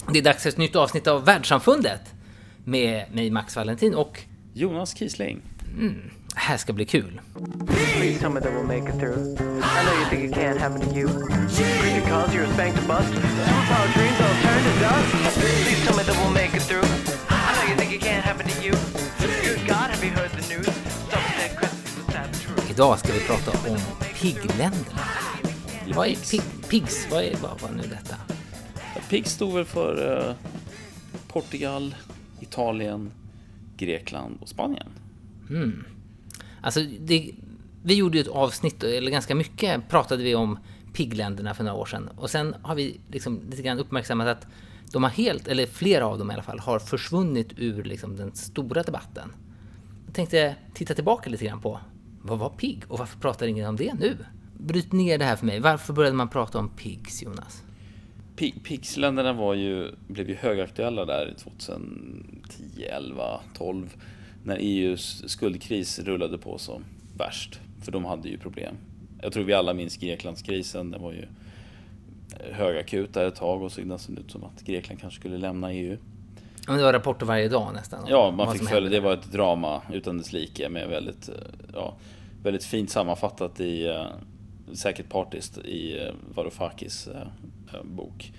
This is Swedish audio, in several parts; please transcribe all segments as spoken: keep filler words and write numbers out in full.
Det är dags för ett nytt avsnitt av Världssamfundet med mig Max Valentin och Jonas Kiesling. Mm, det här ska bli kul. Please tell me that we'll make it through. I know you think it can't happen to you. Pretty cause you're spanked to bust. Superpower dreams all turn to dust. Please tell me that we'll make it through. I know you think it can't happen to you. Good God, have you heard the news? Some dead questions of sad truth. Idag ska vi prata om pigländerna. Vad är pig, pigs? Vad är vad var nu detta? Pig stod väl för uh, Portugal, Italien, Grekland och Spanien. Mm. Alltså det, vi gjorde ju ett avsnitt, eller ganska mycket pratade vi om pigländerna för några år sedan. Och sen har vi liksom lite grann uppmärksammat att de har helt, eller flera av dem i alla fall, har försvunnit ur liksom den stora debatten. Jag tänkte titta tillbaka lite grann på vad var pig och varför pratar ingen om det nu? Bryt ner det här för mig. Varför började man prata om pigs, Jonas? Pigsländerna var ju, blev ju högaktuella där tjugohundratio, elva, tolv när E U:s skuldkris rullade på som värst. För de hade ju problem. Jag tror vi alla minns Greklandskrisen. Det var ju högakut där ett tag och så nästan ut som att Grekland kanske skulle lämna E U. Men det var rapporter varje dag nästan. Ja, man fick följa. Det var ett drama utan dess like med väldigt, ja, väldigt fint sammanfattat i uh, säkert partiskt i uh, Varoufakis uh, bok.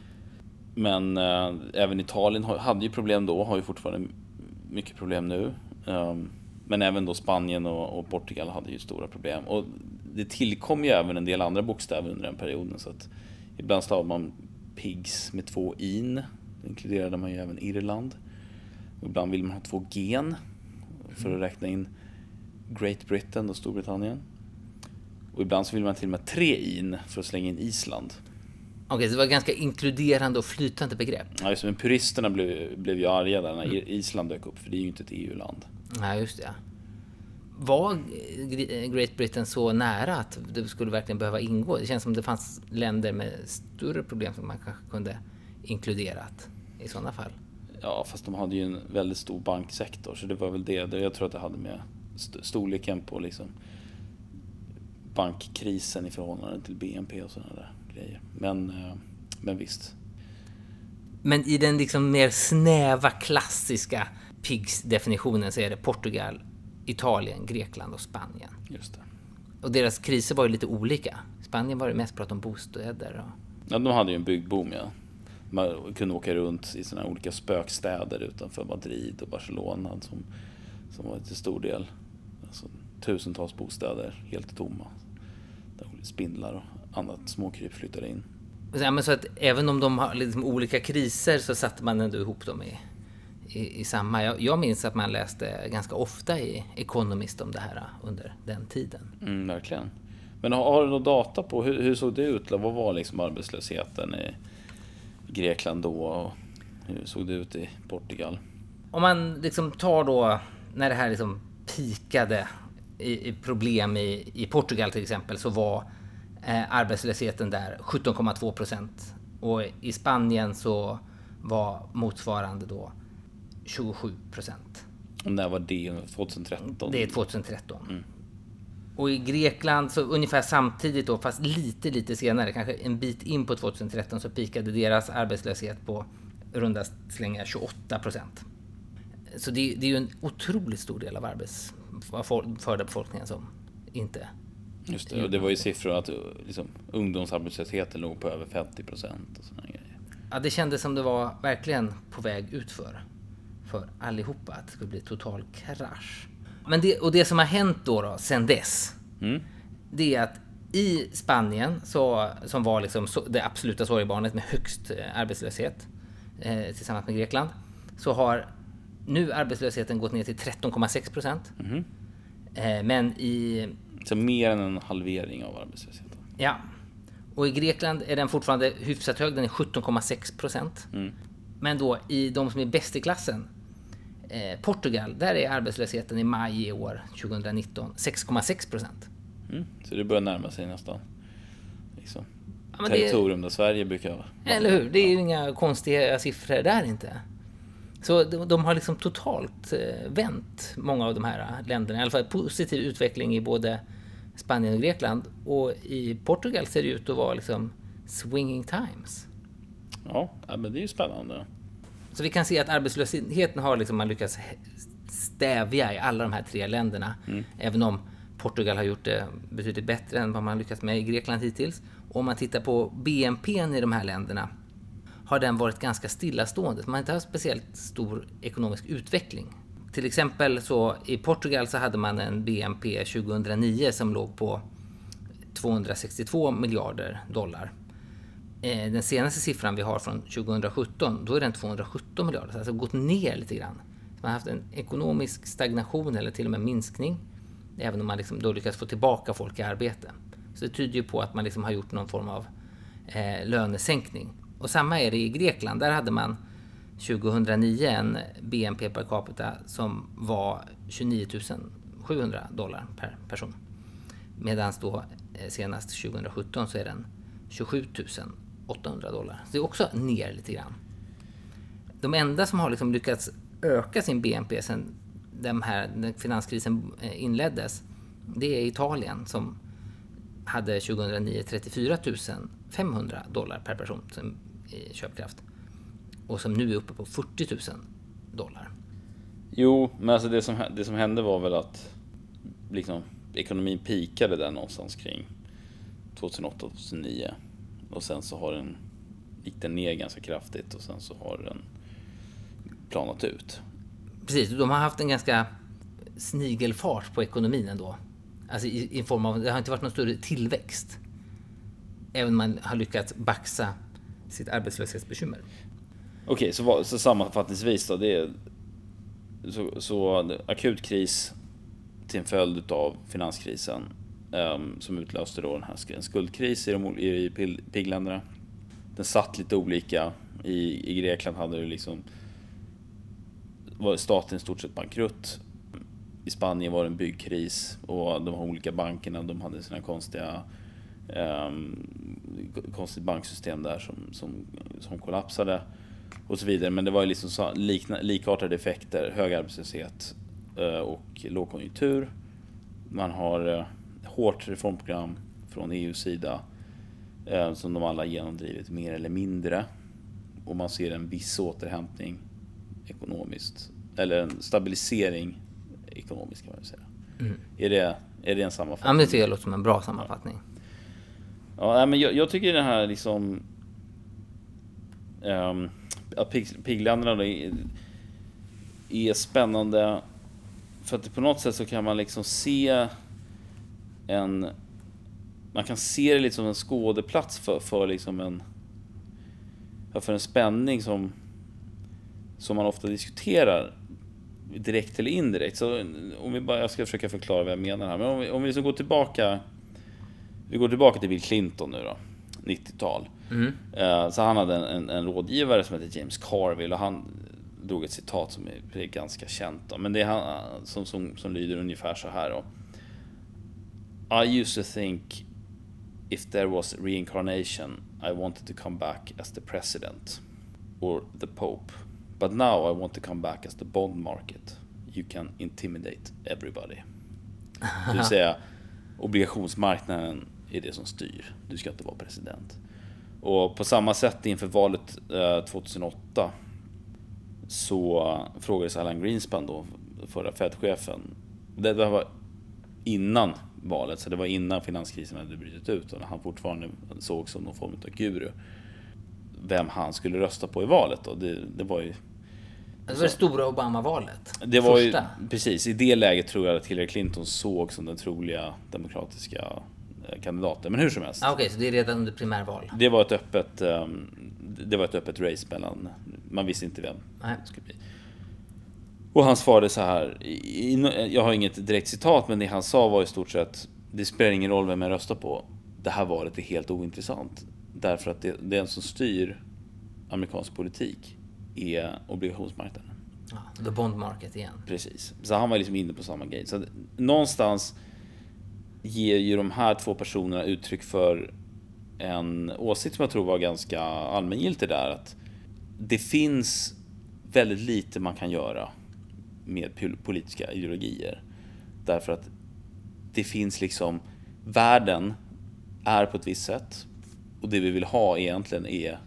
Men uh, även Italien hade ju problem då, har ju fortfarande mycket problem nu. Um, men även då Spanien och, och Portugal hade ju stora problem. Och det tillkom ju även en del andra bokstäver under den perioden. Så att ibland stavar man pigs med två in. Då inkluderade man ju även Irland. Och ibland vill man ha två gen för att räkna in Great Britain och Storbritannien. Och ibland så vill man till och med tre in för att slänga in Island. Okej, okay, så det var ganska inkluderande och flytande begrepp. Ja, just, men puristerna blev, blev ju arga där när mm. Island dök upp, för det är ju inte ett E U-land. Nej, just det. Var Great Britain så nära att det skulle verkligen behöva ingå? Det känns som det fanns länder med större problem som man kanske kunde inkluderat i sådana fall. Ja, fast de hade ju en väldigt stor banksektor, så det var väl det. Jag tror att det hade med storleken på liksom bankkrisen i förhållande till B N P och sådana där grejer. Men, men visst. Men i den liksom mer snäva, klassiska pigs-definitionen så är det Portugal, Italien, Grekland och Spanien. Just det. Och deras kriser var ju lite olika. Spanien var det mest prat om bostäder. Och... Ja, de hade ju en byggboom, ja. Man kunde åka runt i såna olika spökstäder utanför Madrid och Barcelona som, som var till stor del alltså, tusentals bostäder helt tomma. Där spindlar och annat småkryp flyttade in. Ja, men så att även om de har liksom olika kriser så satte man ändå ihop dem i, i, i samma. Jag, jag minns att man läste ganska ofta i Economist om det här under den tiden. Mm, verkligen. Men har, har du någon data på hur, hur såg det ut? Vad var liksom arbetslösheten i Grekland då och hur såg det ut i Portugal? Om man liksom tar då när det här liksom pikade i, i problem i, i Portugal till exempel så var eh, arbetslösheten där sjutton komma två procent och i Spanien så var motsvarande då tjugosju procent. Och när var det? tjugohundratretton? Det är tjugohundratretton. Mm. Och i Grekland så ungefär samtidigt då, fast lite lite senare, kanske en bit in på tjugohundratretton så pikade deras arbetslöshet på runda slängar tjugoåtta procent. Så det, det är ju en otroligt stor del av arbetsförda befolkningen som inte... Just det, och det var ju siffror att liksom, ungdomsarbetslösheten låg på över femtio procent och såna grejer. Ja, det kändes som det var verkligen på väg utför för allihopa, att det skulle bli total krasch. Men det, och det som har hänt då, då sen dess, mm. det är att i Spanien, så, som var liksom så, det absoluta sorgebarnet med högst eh, arbetslöshet eh, tillsammans med Grekland, så har nu arbetslösheten gått ner till tretton komma sex procent. Mm. Eh, men i... Så mer än en halvering av arbetslösheten. Ja. Och i Grekland är den fortfarande hyfsat hög, den är sjutton komma sex procent. Mm. Men då i de som är bäst i klassen, eh, Portugal, där är arbetslösheten i maj i år, tjugohundranitton, sex komma sex procent. Mm. Så det börjar närma sig nästan liksom, ja, territorium det, där Sverige brukar vara. Eller hur? Det är ju inga konstiga siffror där inte. Så de, de har liksom totalt eh, vänt många av de här länderna. I alla fall positiv utveckling i både Spanien och Grekland. Och i Portugal ser det ut att vara liksom swinging times. Ja, men det är ju spännande. Så vi kan se att arbetslösheten har liksom man lyckats stävja i alla de här tre länderna. Mm. Även om Portugal har gjort det betydligt bättre än vad man lyckats med i Grekland hittills. Och om man tittar på B N P i de här länderna har den varit ganska stillastående. Man har inte haft speciellt stor ekonomisk utveckling. Till exempel så i Portugal så hade man en B N P tjugohundranio som låg på tvåhundrasextiotvå miljarder dollar. Den senaste siffran vi har från tjugosjutton, då är den tvåhundrasjutton miljarder, alltså gått ner lite grann. Man har haft en ekonomisk stagnation eller till och med minskning, även om man liksom då lyckas få tillbaka folk i arbete. Så det tyder ju på att man liksom har gjort någon form av eh, lönesänkning. Och samma är det i Grekland, där hade man tjugohundranio en B N P per capita som var tjugonio tusen sjuhundra dollar per person. Medan då eh, senast tjugosjutton så är den tjugosju tusen åttahundra dollar. Så det är också ner lite grann. De enda som har liksom lyckats öka sin B N P sedan den här den finanskrisen inleddes, det är Italien som hade tjugohundranio trettiofyra tusen femhundra dollar per person som i köpkraft. Och som nu är uppe på fyrtio tusen dollar. Jo, men alltså det som, det som hände var väl att liksom, ekonomin pikade där någonstans kring tjugohundraåtta tjugohundranio. Och sen så har den gick den ner ganska kraftigt och sen så har den planat ut. Precis, de har haft en ganska snigelfart på ekonomin ändå. Alltså i, i form av, det har inte varit någon större tillväxt. Även om man har lyckats baxa sitt arbetslöshetsbekymmer. Okej, så, så sammanfattningsvis då, det är så, så akut kris till en följd av finanskrisen um, som utlöste då den här en skuldkris i de i pigländerna. Den satt lite olika. I, i Grekland hade det liksom var staten i stort sett bankrutt. I Spanien var det en byggkris och de här olika bankerna, de hade sina konstiga um, konstigt banksystem där som, som, som kollapsade och så vidare. Men det var ju liksom så, likna, likartade effekter, hög arbetslöshet uh, och lågkonjunktur. Man har uh, hårt reformprogram från E U:s sida uh, som de alla genomdrivit mer eller mindre. Och man ser en viss återhämtning ekonomiskt, eller en stabilisering ekonomiskt kan man säga. Mm. Är det är det en sammanfattning? Ja, men det tycker jag låter som en bra sammanfattning. Ja, ja men jag, jag tycker den här liksom um, att pig, pigländerna är, är spännande för att på något sätt så kan man liksom se en man kan se det lite som en skådeplats för, för liksom en för en spänning som som man ofta diskuterar direkt eller indirekt. Så om vi bara, jag ska försöka förklara vad jag menar här. Men om vi, om vi liksom går tillbaka vi går tillbaka till Bill Clinton nu då, nittiotal. Mm. Uh, så han hade en, en, en rådgivare som heter James Carville och han drog ett citat som är, är ganska känt då. Men det är han som, som, som lyder ungefär så här då. I used to think if there was reincarnation I wanted to come back as the president or the pope. But now I want to come back as the bond market. You can intimidate everybody. Det vill säga, obligationsmarknaden är det som styr. Du ska inte vara president. Och på samma sätt inför valet eh, tjugohundraåtta så frågades Alan Greenspan då, förra Fed-chefen. Det var innan valet, så det var innan finanskrisen hade brutit ut och han fortfarande såg som någon form av guru. Vem han skulle rösta på i valet då. Det, det var ju det var det stora Obama-valet. Det var ju, precis, i det läget tror jag att Hillary Clinton såg som den troliga demokratiska kandidaten. Men hur som helst. Ah, Okej, okay, så det är redan under primärval. Det var ett öppet um, det var ett öppet race mellan, man visste inte vem Nej. det skulle bli. Och han svarade så här, jag har inget direkt citat, men det han sa var i stort sett, det spelar ingen roll vem jag röstar på. Det här valet är helt ointressant. Därför att det, den som styr amerikansk politik är obligationsmarknaden. Ja, the bond market igen. Precis. Så han var liksom inne på samma grej. Så någonstans ger ju de här två personerna uttryck för en åsikt som jag tror var ganska allmängiltig där. Att det finns väldigt lite man kan göra med politiska ideologier. Därför att det finns liksom, världen är på ett visst sätt och det vi vill ha egentligen är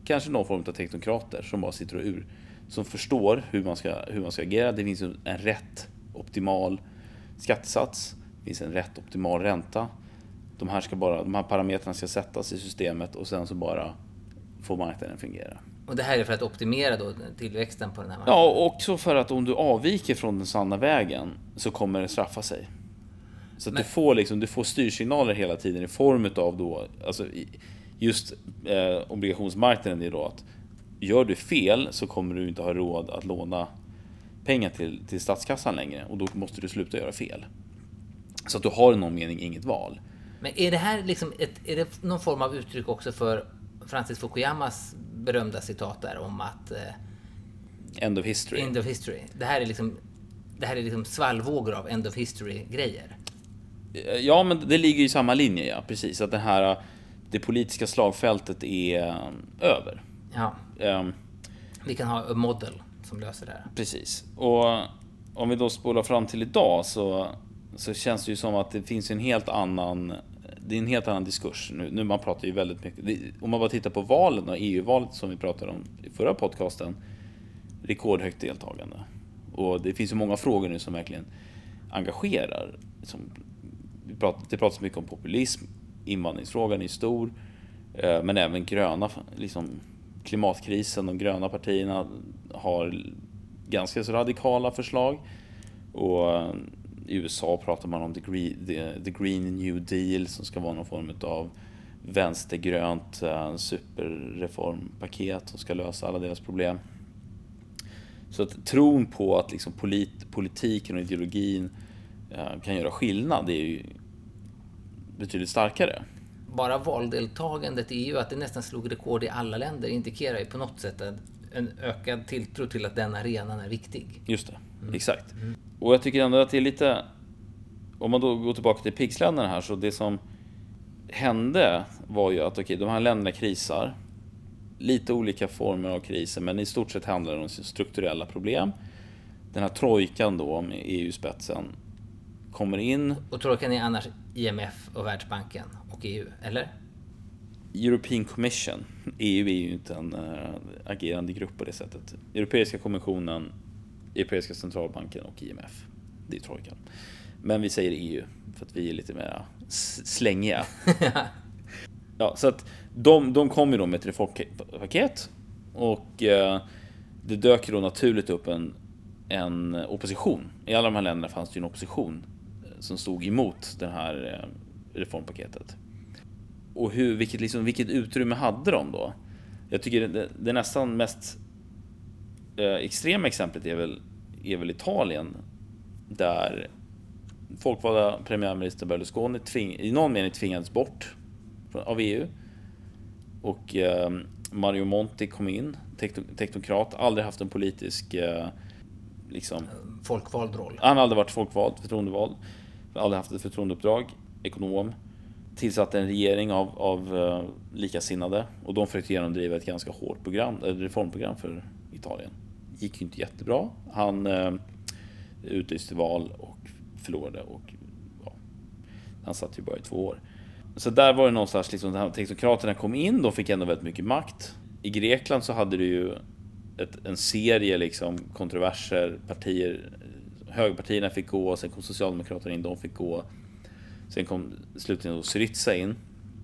kanske någon form av teknokrater som bara sitter och ur, som förstår hur man ska, hur man ska agera. Det finns en rätt optimal skattesats, det finns en rätt optimal ränta. De här, ska bara, de här parametrarna ska sättas i systemet och sen så bara får marknaden fungera. Och det här är för att optimera då tillväxten på den här marknaden? Ja, och också för att om du avviker från den sanna vägen så kommer det straffa sig. Så att Men... du, får liksom, du får styrsignaler hela tiden i form av då, alltså just eh, obligationsmarknaden är då att gör du fel så kommer du inte ha råd att låna pengar till, till statskassan längre och då måste du sluta göra fel. Så att du har i någon mening inget val. Men är det här liksom ett, är det någon form av uttryck också för Francis Fukuyamas berömda citat där om att eh, end of history. End of history. Det här är liksom det här är liksom svallvågor av end of history grejer. Ja, men det ligger i samma linje, ja, precis, att det här det politiska slagfältet är över. Ja. Um, vi kan ha en modell som löser det här. Precis. Och om vi då spolar fram till idag så så känns det ju som att det finns en helt annan det är en helt annan diskurs nu. Nu man pratar ju väldigt mycket det, om man bara tittar på valen och E U-valet som vi pratade om i förra podcasten, rekordhögt deltagande. Och det finns ju många frågor nu som verkligen engagerar. Som, vi pratar, det pratas mycket om populism, invandringsfrågan är stor, eh, men även gröna, liksom klimatkrisen, de gröna partierna har ganska så radikala förslag. Och i U S A pratar man om the Green, the, the Green New Deal som ska vara någon form av vänstergrönt uh, superreformpaket som ska lösa alla deras problem. Så att tron på att liksom polit, politiken och ideologin uh, kan göra skillnad är ju betydligt starkare. Bara valdeltagandet i E U, att det nästan slog rekord i alla länder, indikerar ju på något sätt en ökad tilltro till att den arenan är viktig. Just det, mm. exakt. Mm. Och jag tycker ändå att det är lite, om man då går tillbaka till P I G S-länderna här, så det som hände var ju att okej, de här länderna krisar, lite olika former av kriser, men i stort sett handlar det om strukturella problem. Den här trojkan då med E U-spetsen kommer in. Och trojkan är annars I M F och Världsbanken och E U, eller? European Commission. E U är ju inte en äh, agerande grupp på det sättet. Europeiska kommissionen, Europeiska centralbanken och I M F. Det är trojkan. Men vi säger E U för att vi är lite mer slängiga. Ja, så att de, de kom ju då med ett reformpaket och eh, det dök då naturligt upp en, en opposition. I alla de här länderna fanns det ju en opposition som stod emot det här eh, reformpaketet. Och hur, vilket, liksom, vilket utrymme hade de då? Jag tycker det, det nästan mest eh, extrema exemplet är väl, är väl Italien, där folkvalda premiärminister Berlusconi tving, i någon mening tvingades bort av E U. Och eh, Mario Monti kom in, teknokrat, aldrig haft en politisk eh, liksom, folkvald roll. Han har aldrig varit folkvald, förtroendevald, aldrig haft ett förtroendeuppdrag, ekonom. Tillsatte en regering av, av uh, likasinnade och de försökte genomdriva ett ganska hårt program, ett reformprogram för Italien. Gick ju inte jättebra. Han uh, utlyste val och förlorade och ja, han satt ju bara i två år. Så där var det någonstans liksom, de teknokraterna kom in, de fick ändå väldigt mycket makt. I Grekland så hade du ju ett, en serie liksom kontroverser, partier, högerpartierna fick gå, sen kom Socialdemokraterna in, de fick gå. Sen kom slutligen då Syriza in.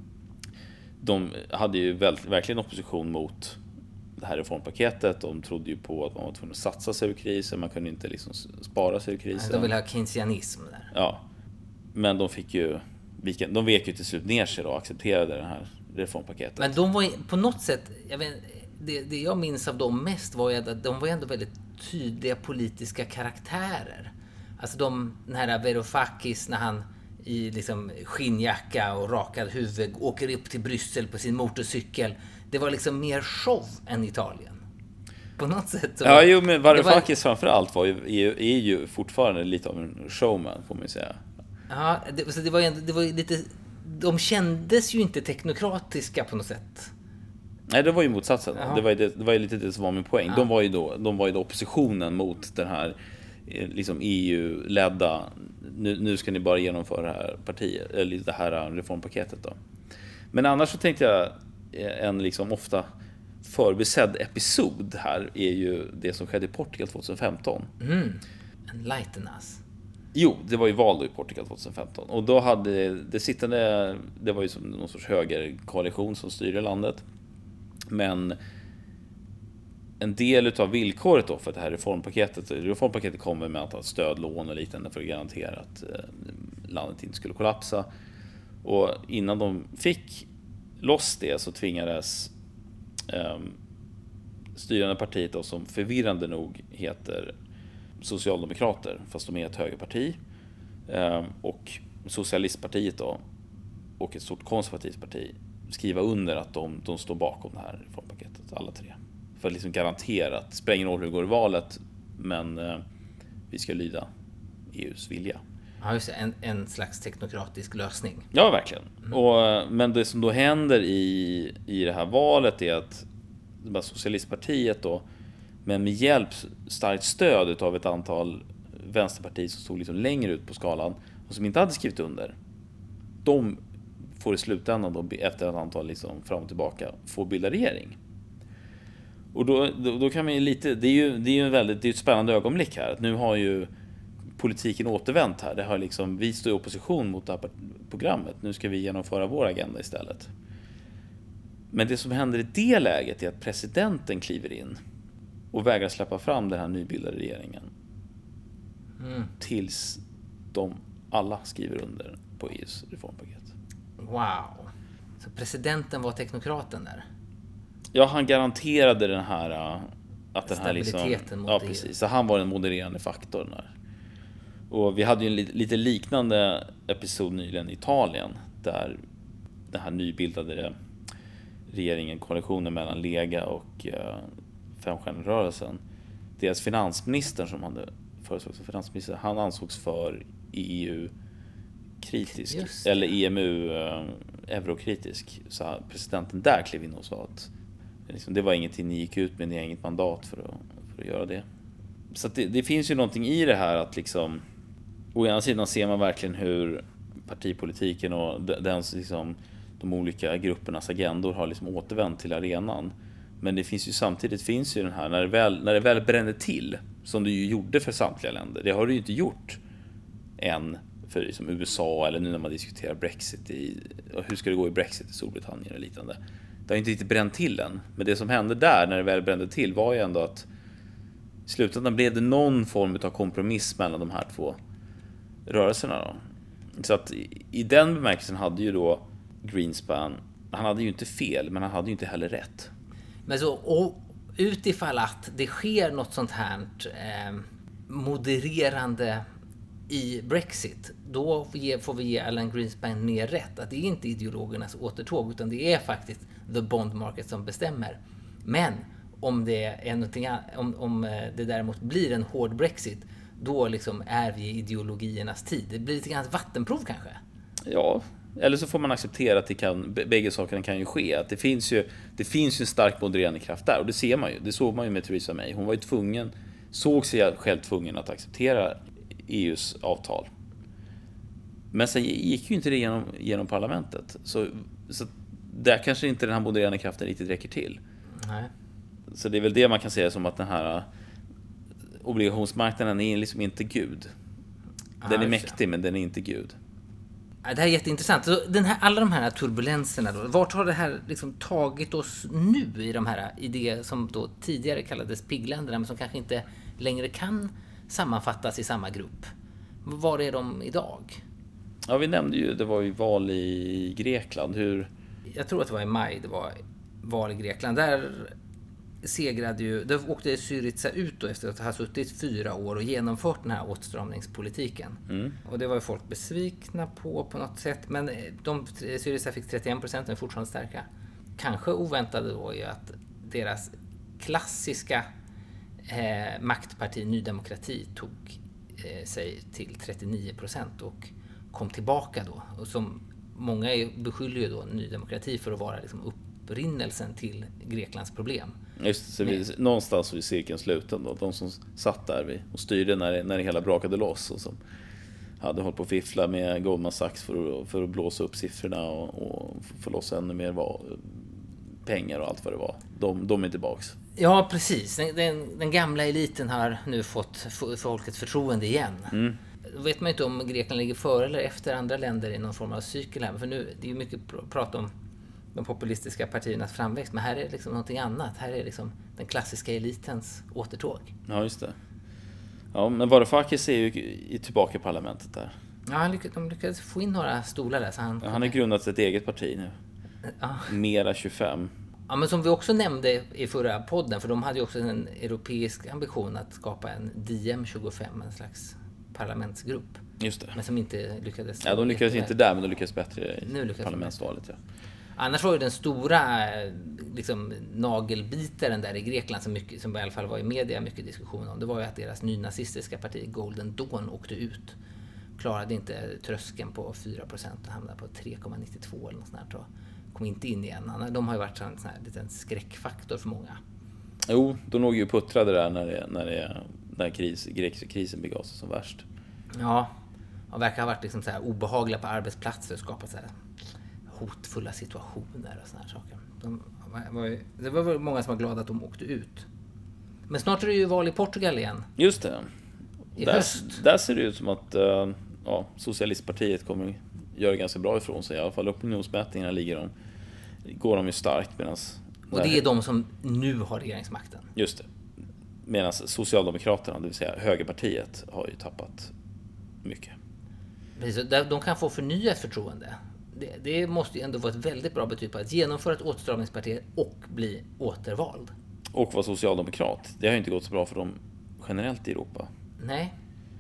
De hade ju väl, verkligen opposition mot det här reformpaketet. De trodde ju på att man var tvungen att satsa sig ur krisen. Man kunde inte liksom spara sig ur krisen. De ville ha keynesianism där. Ja. Men de fick ju, de vek ju till slut ner sig då och accepterade det här reformpaketet. Men de var på något sätt, jag vet, det, det jag minns av dem mest var ju att de var ändå väldigt tydliga politiska karaktärer. Alltså de, den här Varoufakis när han i liksom skinnjacka och rakad huvud åker upp till Bryssel på sin motorcykel. Det var liksom mer show än Italien. På något sätt. Så ja, jo, men Varoufakis var... framförallt var ju, är, är ju fortfarande lite av en showman, får man ju säga. Ja, det, så det var ju det var ju lite, de kändes ju inte teknokratiska på något sätt. Nej, det var ju motsatsen. Det var ju, det, det var ju lite det som var min poäng. Ja. De var ju då, de var ju då oppositionen mot den här liksom E U-ledda, nu, nu ska ni bara genomföra det här partiet, eller det här reformpaketet då. Men annars så tänkte jag en liksom ofta förbisedd episod här är ju det som skedde i Portugal tjugohundrafemton. Mm. Enlighten us. Jo, det var ju val då i Portugal tjugohundrafemton. Och då hade det sittande, det var ju som någon sorts högerkoalition som styrde landet. Men en del utav villkoret då för det här reformpaketet, reformpaketet kommer med att ha stödlån och liknande för att garantera att landet inte skulle kollapsa. Och innan de fick loss det så tvingades um, styrande partiet då, som förvirrande nog heter Socialdemokrater, fast de är ett högerparti, um, och Socialistpartiet då, och ett stort konservativt parti, skriva under att de, de står bakom det här reformpaketet, alla tre. För att liksom garantera att det spelar ingen roll hur det går i valet, men uh, vi ska lyda E U:s vilja. Ja, just det. En, en slags teknokratisk lösning. Ja, verkligen. Mm. Och, men det som då händer i, i det här valet är att Socialistpartiet då, men med hjälp, starkt stöd av ett antal vänsterpartier som stod liksom längre ut på skalan och som inte hade skrivit under, de får i slutändan då, efter ett antal liksom fram och tillbaka, få bilda regering. Och då, då, då kan man ju lite, det är ju, det är ju en väldigt, det är ett spännande ögonblick här. Nu har ju politiken återvänt här. Det har liksom, vi står i opposition mot det här programmet. Nu ska vi genomföra vår agenda istället. Men det som händer i det läget är att presidenten kliver in och vägrar släppa fram den här nybildade regeringen. Mm. Tills de alla skriver under på E U:s reformpaket. Wow. Så presidenten var teknokraten där? Ja, han garanterade den här att den här liksom, mot ja, precis. Så han var den modererande faktorn där. Och vi hade ju en lite liknande episod nyligen i Italien där den här nybildade regeringen, koalitionen mellan Lega och uh, Femstjärnerörelsen, deras finansminister som hade föreslagits som finansminister, han ansågs för E U-kritisk eller E M U uh, eurokritisk. Så presidenten där klev in och sa att liksom, det var ingenting ni gick ut med, ni har inget mandat för att, för att göra det. Så att det, det finns ju någonting i det här att liksom, å ena sidan ser man verkligen hur partipolitiken och den, liksom, de olika gruppernas agendor har liksom återvänt till arenan. Men det finns ju samtidigt finns ju den här, när det väl, när det väl bränner till, som det ju gjorde för samtliga länder, det har det ju inte gjort än för liksom U S A eller nu när man diskuterar Brexit i, och hur ska det gå i Brexit i Storbritannien och liknande. Det har inte riktigt bränt till än. Men det som hände där när det väl brände till var ju ändå att i slutändan blev det någon form av kompromiss mellan de här två rörelserna då. Så att i, i den bemärkelsen hade ju då Greenspan, han hade ju inte fel, men han hade ju inte heller rätt. Men så och utifall att det sker något sånt här eh, modererande i Brexit, då får vi ge Alan Greenspan mer rätt. Att det är inte ideologernas återtåg, utan det är faktiskt the bond market som bestämmer. Men om det är någonting, om, om det däremot blir en hård Brexit, då liksom är vi i ideologiernas tid. Det blir lite grann ett vattenprov kanske. Ja, eller så får man acceptera att det kan, bägge sakerna kan ju ske. Att det finns ju, det finns ju en stark modererande kraft där, och det ser man ju. Det såg man ju med Theresa May. Hon var ju tvungen, såg sig själv tvungen att acceptera E U:s avtal. Men sen gick ju inte det genom, genom parlamentet. Så, så där kanske inte den här modererande kraften riktigt räcker till. Nej. Så det är väl det man kan säga som att den här obligationsmarknaden är liksom inte Gud. Den ah, är mäktig, men den är inte Gud. Det här är jätteintressant. Så den här, alla de här turbulenserna då, vart har det här liksom tagit oss nu i de här, i det som då tidigare kallades piggländerna, men som kanske inte längre kan sammanfattas i samma grupp? Var är de idag? Ja, vi nämnde ju, det var ju val i Grekland. Hur... Jag tror att det var i maj det var val i Grekland. Där segrade ju, där åkte Syriza ut då efter att ha suttit fyra år och genomfört den här åtstramningspolitiken. Mm. Och det var ju folk besvikna på på något sätt. Men de, Syriza fick trettioen procent, men fortfarande starka. Kanske oväntade då är att deras klassiska eh, maktparti Ny Demokrati tog eh, sig till trettionio procent och kom tillbaka då. Och som många beskyller ju då Ny Demokrati för att vara liksom upprinnelsen till Greklands problem. Just så vi, någonstans vid cirkeln sluten då, de som satt där och styrde när det, när det hela brakade loss och som hade hållit på att fiffla med Goldman Sachs för att, för att blåsa upp siffrorna och, och få loss ännu mer var, pengar och allt vad det var. De, de är tillbaks. Ja, precis. Den, den, den gamla eliten har nu fått folkets förtroende igen. Mm. Då vet man inte om Grekland ligger före eller efter andra länder i någon form av cykel här. För nu, det är ju mycket prat om de populistiska partiernas framväxt. Men här är det liksom någonting annat. Här är liksom den klassiska elitens återtåg. Ja, just det. Ja, men Varoufakis är ju i tillbaka i parlamentet där. Ja, han lyckades, de lyckades få in några stolar där. Så han, ja, han har grundat ett eget parti nu. Ja. Mera tjugofem. Ja, men som vi också nämnde i förra podden, för de hade ju också en europeisk ambition att skapa en D M tjugofem, en slags parlamentsgrupp. Just det. Men som inte lyckades. Ja, de lyckades inte där, men de lyckades bättre i nu lyckades parlamentsvalet. Ja. Annars var ju den stora liksom, nagelbitaren där i Grekland som, mycket, som i alla fall var i media mycket diskussion om. Det var ju att deras nynazistiska parti Golden Dawn åkte ut. Klarade inte tröskeln på fyra procent och hamnade på tre komma nittiotvå eller något sånt där. Kom inte in igen. De har ju varit en sån här liten skräckfaktor för många. Jo, de låg ju puttrade där när, det, när, det, när kris, grekiska krisen begav sig som värst. Ja, och verkar ha varit liksom så här obehagliga på arbetsplatser och skapat så här hotfulla situationer och såna här saker. De var ju, det var väl många som var glada att de åkte ut. Men snart är det ju val i Portugal igen. Just det. I där, höst. Där ser det ut som att uh, ja, Socialistpartiet kommer göra ganska bra ifrån sig. I alla fall opinionsmätningarna ligger de, går de ju starkt. Medans, och det är de som nu har regeringsmakten. Just det. Medan Socialdemokraterna, det vill säga högerpartiet, har ju tappat mycket. Precis, de kan få förnyat förtroende. Det, det måste ju ändå vara ett väldigt bra betyg på att genomföra ett åtstramningsparti och bli återvald. Och vara socialdemokrat. Det har ju inte gått så bra för dem generellt i Europa. Nej.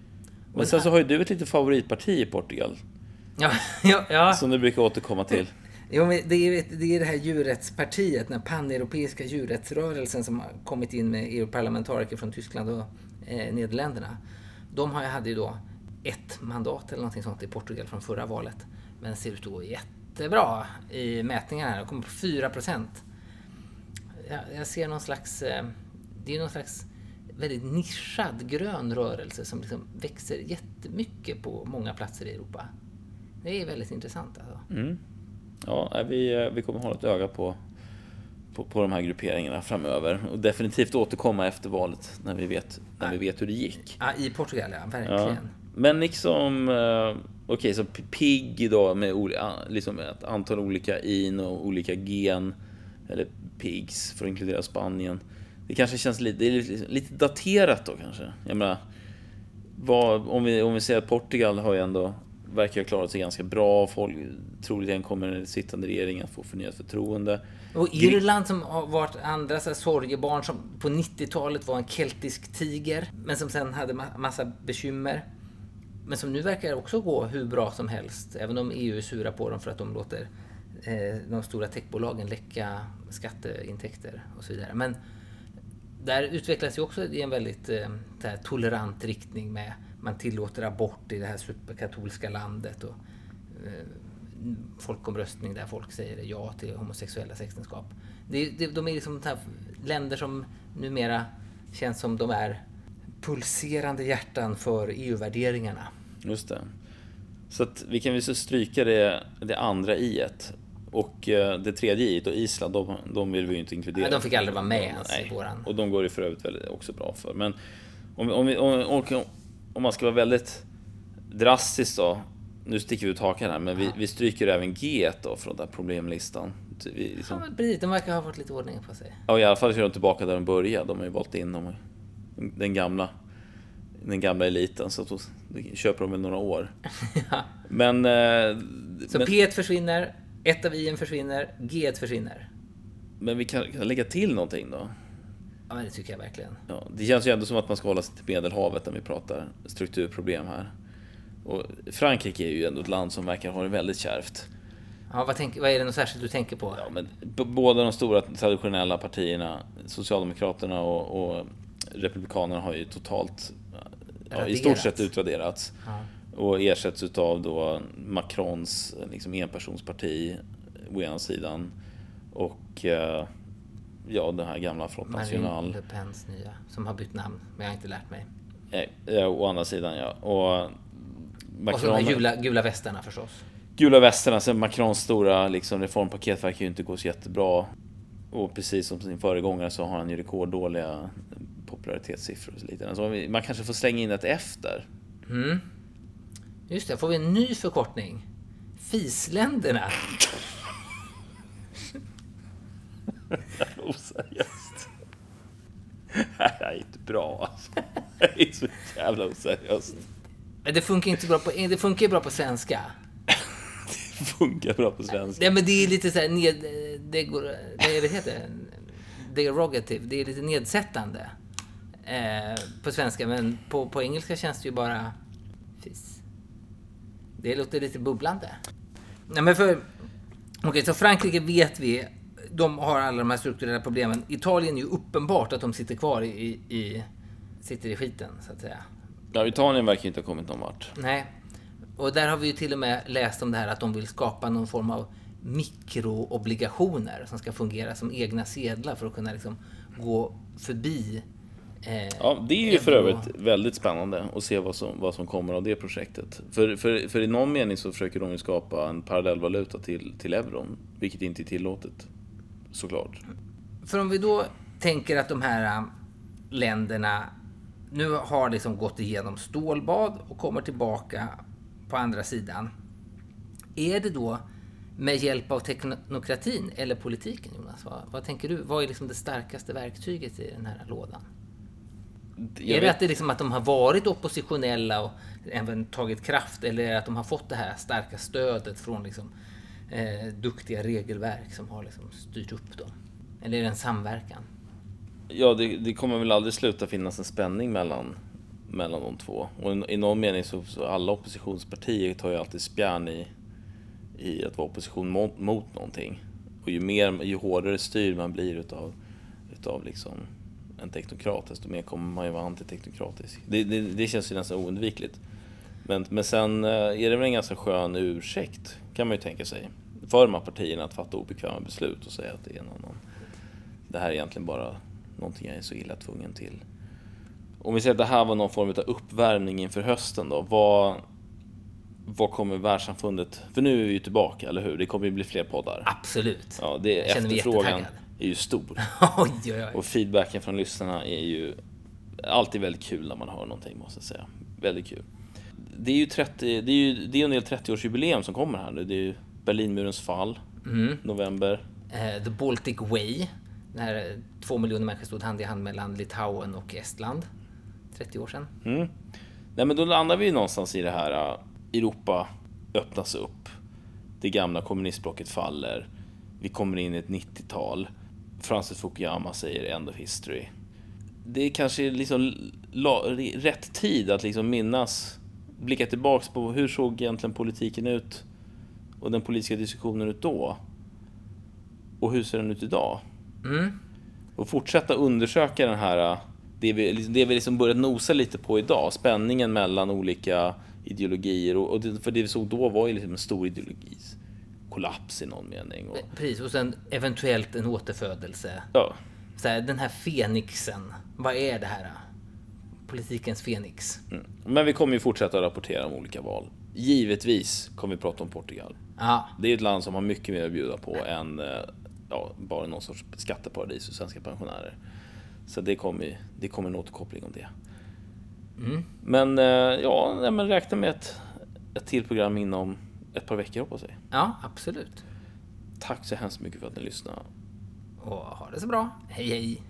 Men sen så har ju du ett litet favoritparti i Portugal. Ja, ja, ja. Som du brukar återkomma till. Jo, men det är, det är det här djurrättspartiet, den paneuropeiska djurrättsrörelsen som har kommit in med E U-parlamentariker från Tyskland och eh, Nederländerna. De har, hade ju då ett mandat eller någonting sånt i Portugal från förra valet. Men ser ut att gå jättebra i mätningarna. De kommer på fyra procent. Jag, jag ser någon slags... Eh, det är någon slags väldigt nischad grön rörelse som liksom växer jättemycket på många platser i Europa. Det är väldigt intressant alltså. Mm. Ja, vi, vi kommer hålla ett öga på, på, på de här grupperingarna framöver. Och definitivt återkomma efter valet när vi vet, när ja. vi vet hur det gick. Ja, i Portugal, ja, verkligen. Ja. Men liksom, okej, okay, så P I G då med liksom ett antal olika in och olika gen, eller P I Gs för att inkludera Spanien. Det kanske känns lite, det är lite daterat då kanske. Jag menar, vad, om, vi, om vi säger att Portugal har ju ändå verkar ha klarat sig ganska bra. Folk, troligen kommer den sittande regeringen att få förnyat förtroende. Och Irland som har varit andra så här, sorgebarn som på nittiotalet var en keltisk tiger men som sen hade ma- massa bekymmer. Men som nu verkar också gå hur bra som helst. Även om E U är sura på dem för att de låter eh, de stora techbolagen läcka skatteintäkter och så vidare. Men där utvecklas ju också i en väldigt eh, här, tolerant riktning med man tillåter abort i det här superkatolska landet och eh, folkomröstning där folk säger ja till homosexuella äktenskap. Det, det, de är liksom här länder som numera känns som de är pulserande hjärtan för E U-värderingarna. Just det. Så att vi kan väl så stryka det, det andra i ett. Och eh, det tredje i och Island, de, de vill vi ju inte inkludera. Nej, de fick aldrig vara med ens Nej. i våran. Och de går ju för övrigt väldigt, också bra för. Men om, om, vi, om, om, om man ska vara väldigt drastisk då, nu sticker vi ut hakan här, men vi, vi stryker även G då från den här problemlistan. Vi, liksom... Ja, precis, de verkar ha fått lite ordning på sig. Ja, i alla fall ska de tillbaka där de började. De har ju valt in dem, den gamla den gamla eliten, så då köper de väl några år. Ja. Men eh, så men, P ett försvinner, ett av I försvinner, G ett försvinner. Men vi kan, kan lägga till någonting då. Ja, det tycker jag verkligen. Ja, det känns ju ändå som att man ska hålla sig till Medelhavet när vi pratar strukturproblem här. Och Frankrike är ju ändå ett land som verkar ha det väldigt kärvt. Ja, vad, tänk, vad är det något särskilt du tänker på? Ja, men b- båda de stora traditionella partierna, Socialdemokraterna och, och Republikanerna, har ju totalt ja, i stort sett utraderats. Ja. Och ersätts utav då Macrons liksom enpersonsparti å ena sidan och ja, den här gamla Front National. Marine Le Pens nya, som har bytt namn, men jag har inte lärt mig. Ja, å andra sidan, ja. Och Macron, och så de här gula, gula västarna förstås. Gula västarna, sen Macrons stora liksom, reformpaket verkar ju inte gå så jättebra. Och precis som sin föregångare så har han ju rekorddåliga popularitetssiffror och så lite. Alltså man kanske får slänga in ett efter. Mm. Just det, får vi en ny förkortning. Fisländerna. Oseriöst. Det här är inte bra alltså. Det är så jävla oseriöst. Men det funkar inte bra på, det funkar bra på svenska. Det funkar bra på svenska. Nej, men det är lite så här ned, det går, det är det heter, derogative, det är lite nedsättande eh, på svenska, men på, på engelska känns det ju bara fis. Det låter lite bubblande. Nej, men för okej, okay, så Frankrike vet vi, de har alla de här strukturella problemen. Italien är ju uppenbart att de sitter kvar i, i sitter i skiten så att säga. Ja, Italien verkar inte ha kommit någon vart. Nej. Och där har vi ju till och med läst om det här att de vill skapa någon form av mikroobligationer som ska fungera som egna sedlar för att kunna liksom gå förbi. Eh, ja, det är ju för övrigt väldigt spännande att se vad som, vad som kommer av det projektet. För, för, för i någon mening så försöker de ju skapa en parallellvaluta till, till euron, vilket inte är tillåtet, såklart. För om vi då tänker att de här länderna nu har liksom gått igenom stålbad och kommer tillbaka på andra sidan. Är det då med hjälp av teknokratin eller politiken, Jonas? Vad, vad tänker du? Vad är liksom det starkaste verktyget i den här lådan? Jag är det vet. Att det är liksom att de har varit oppositionella och även tagit kraft, eller är det att de har fått det här starka stödet från liksom, eh, duktiga regelverk som har liksom styrt upp dem? Eller är det en samverkan? Ja, det, det kommer väl aldrig sluta finnas en spänning mellan, mellan de två. Och i, i någon mening så, så alla oppositionspartier tar ju alltid spjärn i, i att vara opposition mot, mot någonting. Och ju, mer, ju hårdare styr man blir utav, utav liksom en teknokrat, desto mer kommer man ju vara antiteknokratisk. Det, det, det känns ju nästan oundvikligt. Men, men sen är det väl en ganska skön ursäkt, kan man ju tänka sig, för de här partierna att fatta obekväma beslut och säga att det är någon annan. Det här är egentligen bara någonting jag är så illa tvungen till. Om vi säger att det här var någon form av uppvärmning inför hösten då, vad, vad kommer världssamfundet, för nu är vi ju tillbaka, eller hur? Det kommer ju bli fler poddar. Absolut. Ja, det, efterfrågan är ju stor. oj, oj, oj. Och feedbacken från lyssnarna är ju alltid väldigt kul när man hör någonting, måste jag säga. Väldigt kul. Det är ju trettio, det är ju det är en del trettioårsjubileum som kommer här nu. Det är ju Berlinmurens fall, mm. november. Uh, The Baltic Way. När två miljoner människor stod hand i hand mellan Litauen och Estland. trettio år sedan. Mm. Nej, men då landar vi någonstans i det här. Europa öppnas upp. Det gamla kommunistblocket faller. Vi kommer in i ett nittiotal. Francis Fukuyama säger end of history. Det är kanske liksom la, rätt tid att liksom minnas, blicka tillbaks på hur såg egentligen politiken ut och den politiska diskussionen ut då. Och hur ser den ut idag? Mm. Och fortsätta undersöka den här, det vi, det vi liksom börjat nosa lite på idag, spänningen mellan olika ideologier, och, och det, för det vi såg då var ju liksom en stor ideologis kollaps i någon mening. Och, precis, och sen eventuellt en återfödelse. Ja. Så här, den här fenixen, vad är det här? Politikens fenix. Mm. Men vi kommer ju fortsätta rapportera om olika val. Givetvis kommer vi prata om Portugal. Ja. Det är ett land som har mycket mer att bjuda på än ja, bara någon sorts skatteparadis för svenska pensionärer. Så det kommer, det kommer en återkoppling om det. Mm. Men ja, men räkna med ett, ett till program inom ett par veckor, hoppas jag. Ja, absolut. Tack så hemskt mycket för att ni lyssnade. Och ha det så bra. Hej hej.